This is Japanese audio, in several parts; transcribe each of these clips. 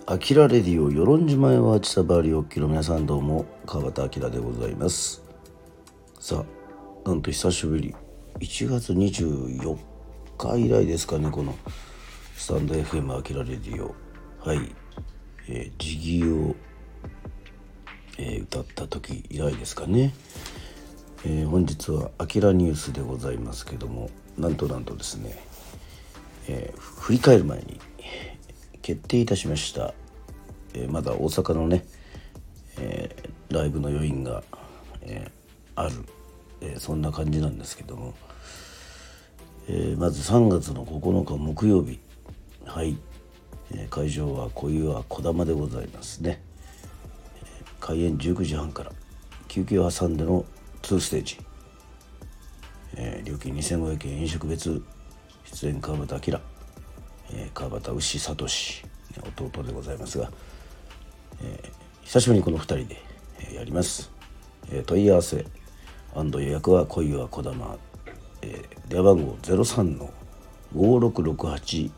アキラレディオ与論島へはちさばりおっきの皆さん、どうも川端明でございます。さあ、なんと久しぶり1月24日以来ですかね、このスタンド FM アキラレディオ、ジギを、歌った時以来ですかね。本日はアキラニュースでございますけども、なんとですね、振り返る前に決定いたしました。まだ大阪のね、ライブの余韻が、ある、そんな感じなんですけども、まず3月の9日木曜日、会場は小岩こだまでございますね。開演19時半から休憩を挟んでの2ステージ、料金2500円、飲食別、出演川端明、川端牛聡、弟でございますが、久しぶりにこの2人で、やります。問い合わせ&予約は小岩こだま、電話番号 03-5668-2098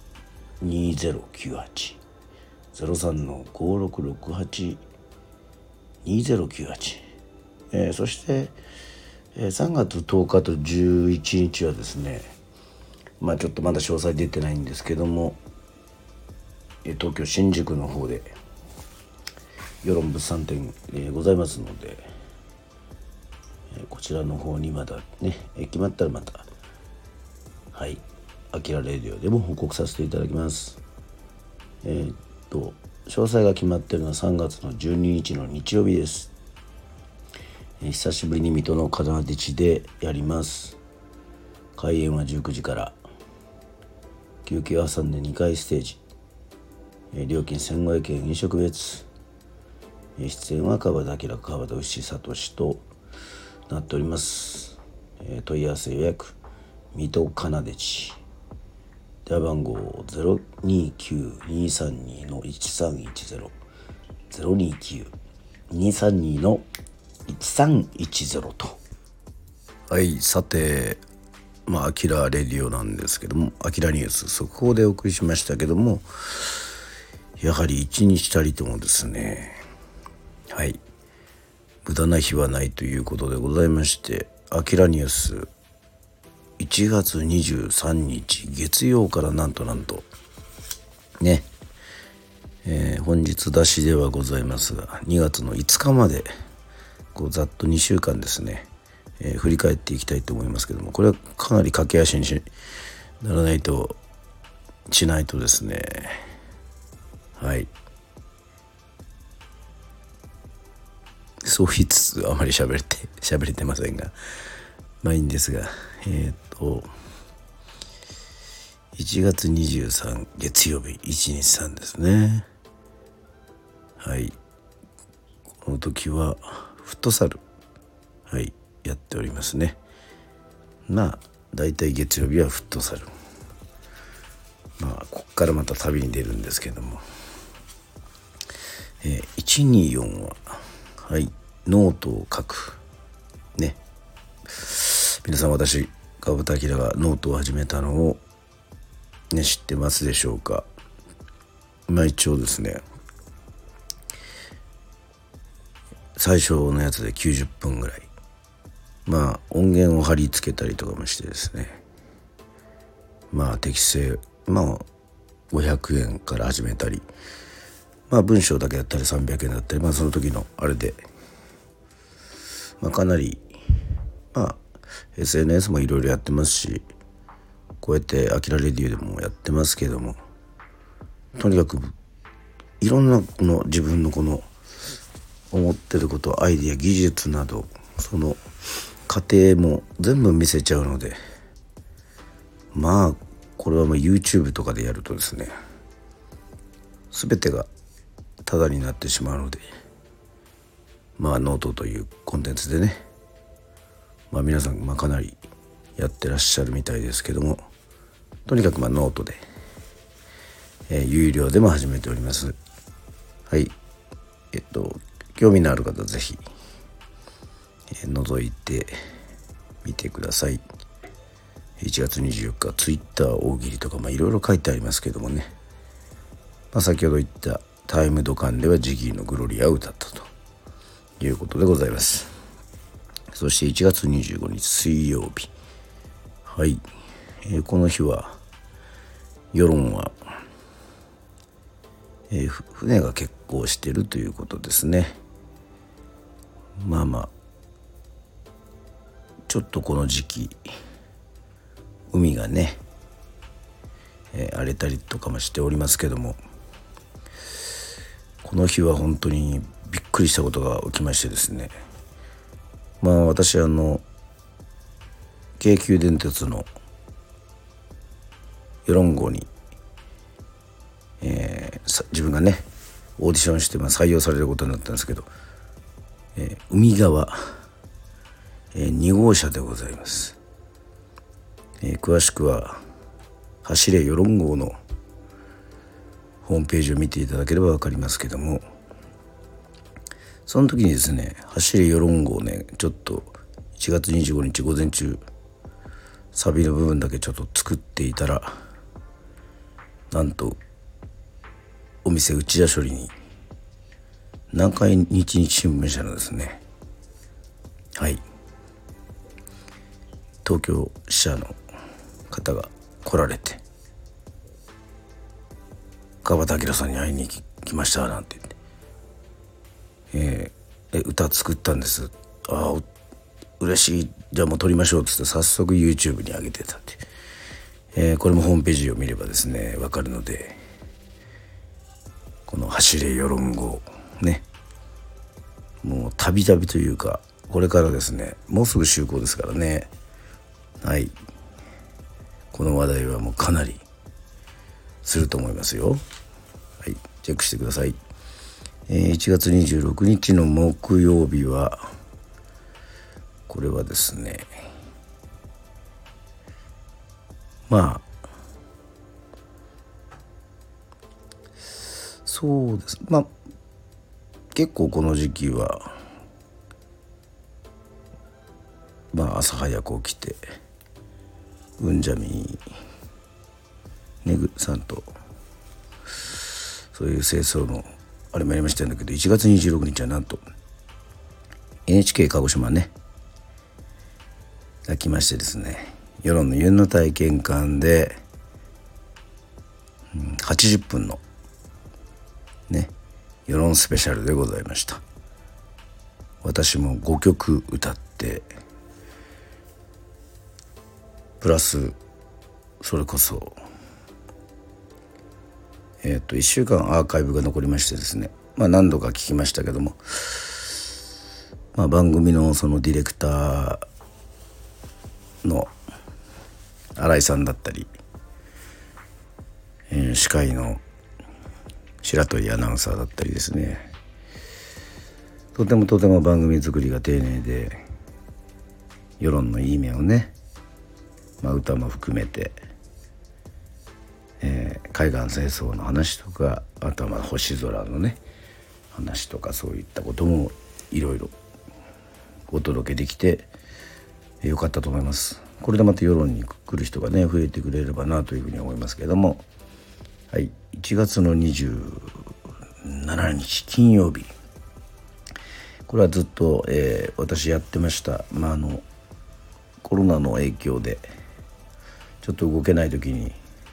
03-5668-2098、そして、3月10日と11日はですね、ちょっとまだ詳細出てないんですけども、東京新宿の方で世論物産展、ございますので、こちらの方にまだね、決まったらまたアキラレディオでも報告させていただきます。詳細が決まっているのは3月の12日の日曜日です。久しぶりに水戸の金町地でやります。開演は19時から、休憩を挟んで2回ステージ、料金1500円、飲食別、出演は川端明、川端牛聡となっております。問い合わせ予約水戸かなでち、電話番号 029-232-1310 029-232-1310と。さて、アキラレディオなんですけども、アキラニュース速報でお送りしましたけども、やはり一日たりともですね、無駄な日はないということでございまして、アキラニュース1月23日月曜からなんとね、本日出しではございますが、2月の5日までざっと2週間ですね、振り返っていきたいと思いますけども、これはかなり駆け足にならないとしないとですね、そう言いつつあまり喋れてませんが、いいんですが、1月23月曜日123ですね。この時はフットサルやっておりますね。だいたい月曜日はフットサル、こっからまた旅に出るんですけども、124はノートを書くね。皆さん、私川端明がノートを始めたのを知ってますでしょうか。一応ですね、最初のやつで90分ぐらい、音源を貼り付けたりとかもしてですね、適正500円から始めたり、文章だけだったり300円だったり、その時のあれで、かなりSNS もいろいろやってますし、こうやってアキラレディオでもやってますけども、とにかくいろんなこの自分のこの思ってること、アイディア、技術など、その過程も全部見せちゃうので、これはYouTube とかでやるとですね、全てがタダになってしまうので、ノートというコンテンツでね、皆さんかなりやってらっしゃるみたいですけども、とにかくノートで、有料でも始めております。興味のある方ぜひ、覗いてみてください。1月24日ツイッター大喜利とかいろいろ書いてありますけどもね、 先ほど言ったタイムドカンではジギーのグロリアを歌ったということでございます。そして1月25日水曜日、はい、この日は世論は、船が欠航しているということですね。ちょっとこの時期海がね、荒れたりとかもしておりますけども、この日は本当にびっくりしたことが起きましてですね、私京急電鉄の世論号に、自分がねオーディションして採用されることになったんですけど、海側、2号車でございます。詳しくは走れ世論号のホームページを見ていただければ分かりますけども、その時にですね、走れ世論号をねちょっと1月25日午前中サビの部分だけちょっと作っていたら、なんとお店内田処理に南海日日新聞社のですね、はい、東京支社の方が来られて、川端明さんに会いに来ましたなんて言って、歌作ったんです。嬉しい、じゃあもう撮りましょうっつって早速 YouTube に上げてたって、これもホームページを見ればですね分かるので、この走れ世論号ね、もうたびたびというか、これからですねもうすぐ就航ですからね、はい、この話題はもうかなりすると思いますよ。はい、チェックしてください。1月26日の木曜日は、これはですね、そうです。結構この時期は朝早く起きてうんじゃみねぐさんとそういう清掃のあれもやりましたんだけど、1月26日はなんと NHK 鹿児島ねが来ましてですね、世論の夕の体験館で、80分のね世論スペシャルでございました。私も5曲歌って、プラスそれこそ1週間アーカイブが残りましてですね、何度か聞きましたけども、番組のそのディレクターの新井さんだったり、司会の白鳥アナウンサーだったりですね、とても番組作りが丁寧で、世論のいい面をね、歌も含めて、海岸戦争の話とか、あとは星空のね話とか、そういったこともいろいろお届けできてよかったと思います。これでまた世論に来る人がね増えてくれればなというふうに思いますけれども、はい、1月の27日金曜日、これはずっと、私やってました。コロナの影響でちょっと動けない時に、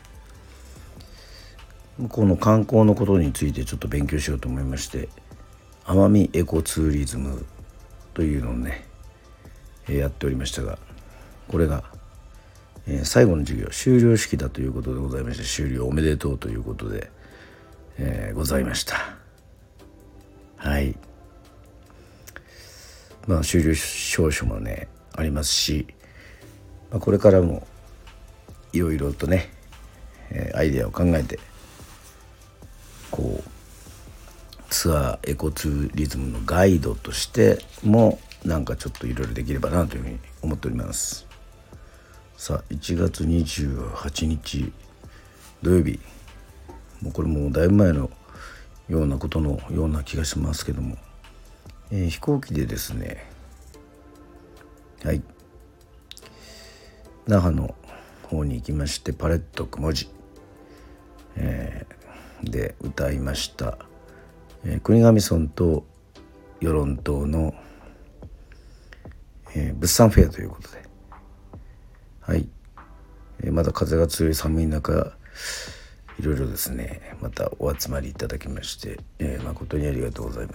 この観光のことについてちょっと勉強しようと思いまして、奄美エコツーリズムというのをね、やっておりましたが、これが、最後の授業終了式だということでございまして、終了おめでとうということで、ございました。はい、終了証書もねありますし、これからもいろいろとね、アイデアを考えて、こうツアーエコツーリズムのガイドとしてもなんかちょっといろいろできればなというふうに思っております。さあ1月28日土曜日、もうこれもだいぶ前のようなことのような気がしますけども、飛行機でですね、はい、那覇の方に行きまして、パレット雲寺、 で歌いました、国頭村と与論島の、物産フェアということで、はい、まだ風が強い寒い中いろいろですねまたお集まりいただきまして、誠にありがとうございます。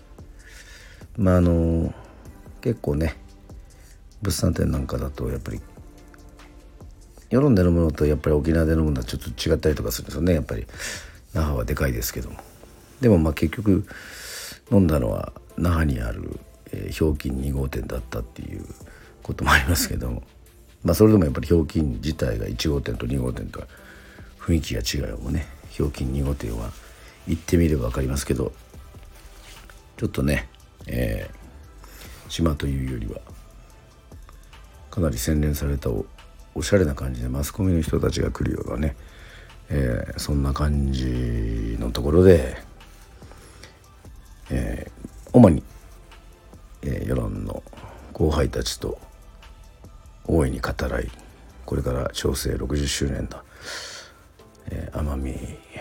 結構ね物産展なんかだとやっぱり世論で飲むのとやっぱり沖縄で飲むのはちょっと違ったりとかするんですよね。やっぱり那覇はでかいですけども、でも結局飲んだのは那覇にある、ひょうきん2号店だったっていうこともありますけども、それでもやっぱりひょうきん自体が1号店と2号店とは雰囲気が違うもんね。ひょうきん2号店は行ってみれば分かりますけど、ちょっとね、島というよりはかなり洗練されたおしゃれな感じでマスコミの人たちが来るようなね、そんな感じのところで、主に、世論の後輩たちと大いに語らい、これから長征60周年だ、奄美、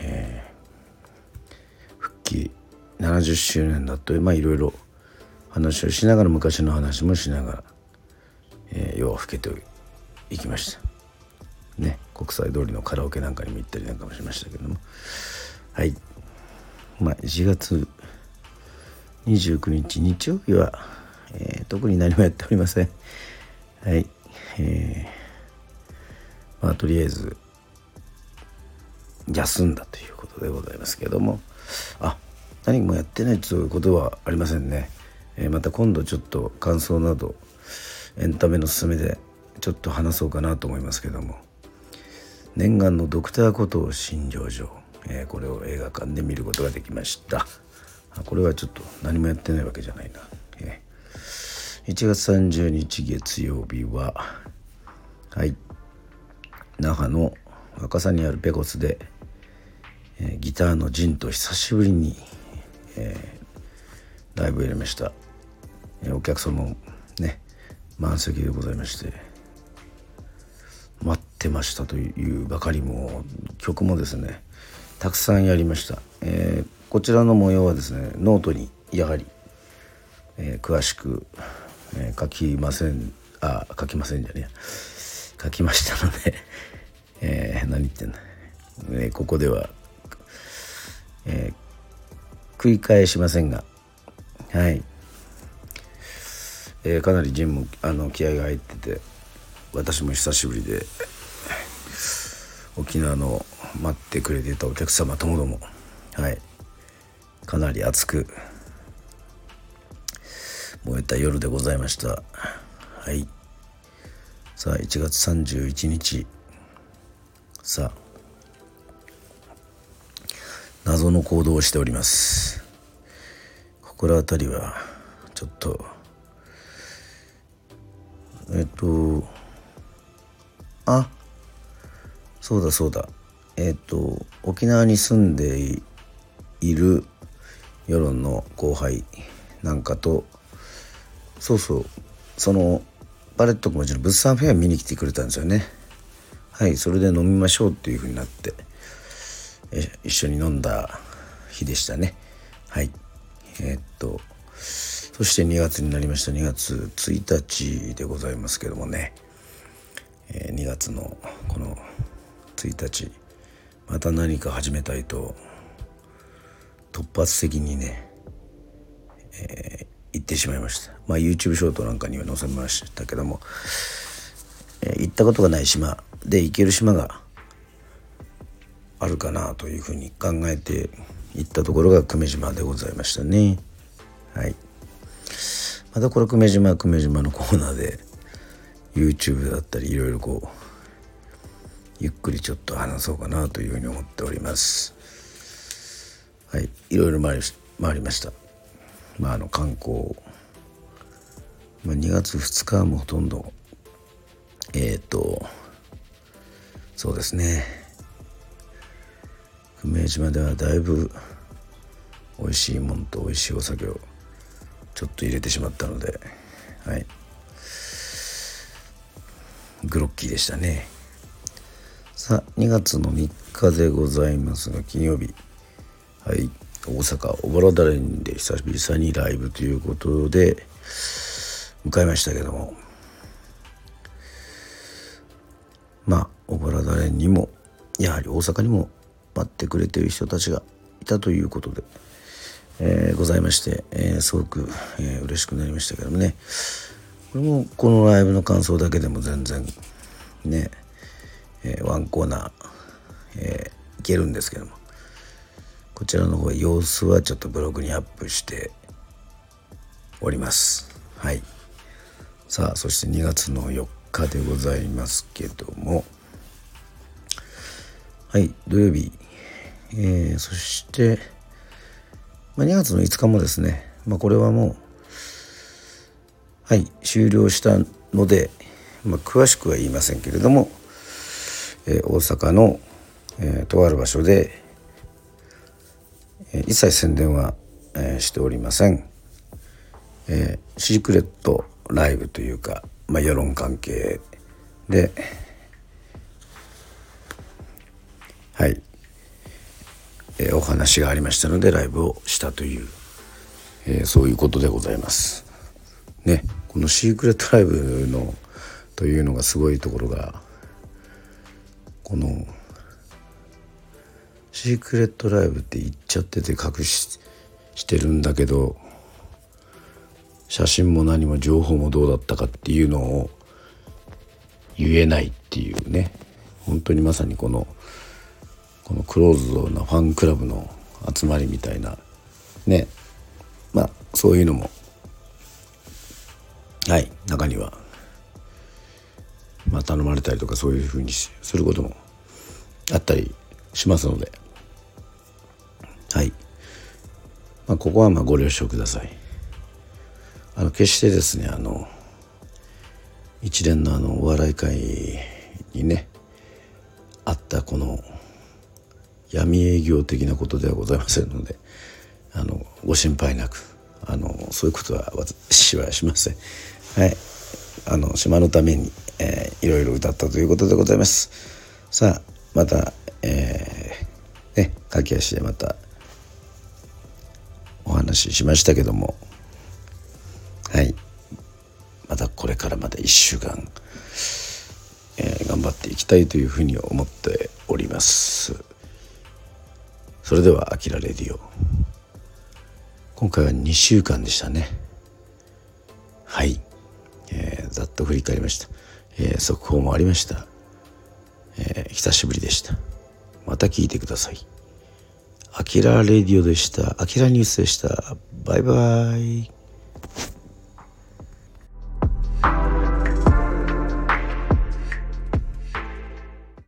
復帰70周年だといろいろ話をしながら、昔の話もしながら、夜は更けていきましたね。国際通りのカラオケなんかにも行ったりなんかもしましたけども、はい、1月29日日曜日は、特に何もやっておりません。はい、とりあえず休んだということでございますけども、何もやってないということはありませんね。また今度ちょっと感想などエンタメのすすめでちょっと話そうかなと思いますけども、念願のドクターコトー診療所、これを映画館で見ることができました。これはちょっと何もやってないわけじゃないな。1月30日月曜日は、那覇の若狭にあるペコスで、ギターのジンと久しぶりに、ライブを入れました。お客様もね満席でございまして、待ってましたというばかり、も曲もですねたくさんやりました。こちらの模様はですねノートにやはり、詳しく、書きましたので、何言ってんだ、ここでは、繰り返しませんが、はい、かなりジンも気合が入ってて、私も久しぶりで沖縄の待ってくれていたお客様ともども、かなり熱く燃えた夜でございました。さあ1月31日、さあ謎の行動をしております。心当たりはちょっとそうだ沖縄に住んでいる世論の後輩なんかと、そのパレット小町の物産フェア見に来てくれたんですよね。それで飲みましょうっていう風になって、一緒に飲んだ日でしたね。そして2月になりました。2月1日でございますけどもね、2月のこの1日また何か始めたいと突発的にね、行ってしまいました。YouTube ショートなんかには載せましたけども、行ったことがない島で行ける島があるかなというふうに考えて行ったところが久米島でございましたね。またこれ久米島のコーナーで YouTube だったりいろいろゆっくりちょっと話そうかなというふうに思っております。いろいろ回りました。観光、2月2日はもうほとんどそうですね、久米島ではだいぶ美味しいもんと美味しいお酒をちょっと入れてしまったので、グロッキーでしたね。 さあ2月の3日でございますが、金曜日、はい、大阪小原ダレンで久々にライブということで迎えましたけども、小原ダレンにもやはり大阪にも待ってくれている人たちがいたということで、ございまして、すごく、嬉しくなりましたけどもね。これもこのライブの感想だけでも全然ね、ワンコーナー、いけるんですけども、こちらの方様子はちょっとブログにアップしております。はい。さあそして2月の4日でございますけども、はい土曜日、そして、2月の5日もですね、これはもう終了したので、詳しくは言いませんけれども、大阪の、とある場所で、一切宣伝は、しておりません、シークレットライブというか、世論関係でお話がありましたのでライブをしたという、そういうことでございますね。このシークレットライブのというのがすごいところが、このシークレットライブって言っちゃってて隠してるんだけど、写真も何も情報もどうだったかっていうのを言えないっていうね、本当にまさにこのクローズドなファンクラブの集まりみたいなね、そういうのも中には頼まれたりとか、そういうふうにすることもあったりしますので、ここはご了承ください。決してですね、一連のお笑い界にねあったこの闇営業的なことではございませんので、ご心配なく、そういうことは私はしません。島のために、いろいろ歌ったということでございます。さあまた、駆け足でまたお話ししましたけども、またこれからまた1週間、頑張っていきたいというふうに思っております。それではアキラレディオ、今回は2週間でしたね。ざっと振り返りました。速報もありました。久しぶりでした。また聞いてください。アキラレディオでした。アキラニュースでした。バイバイ。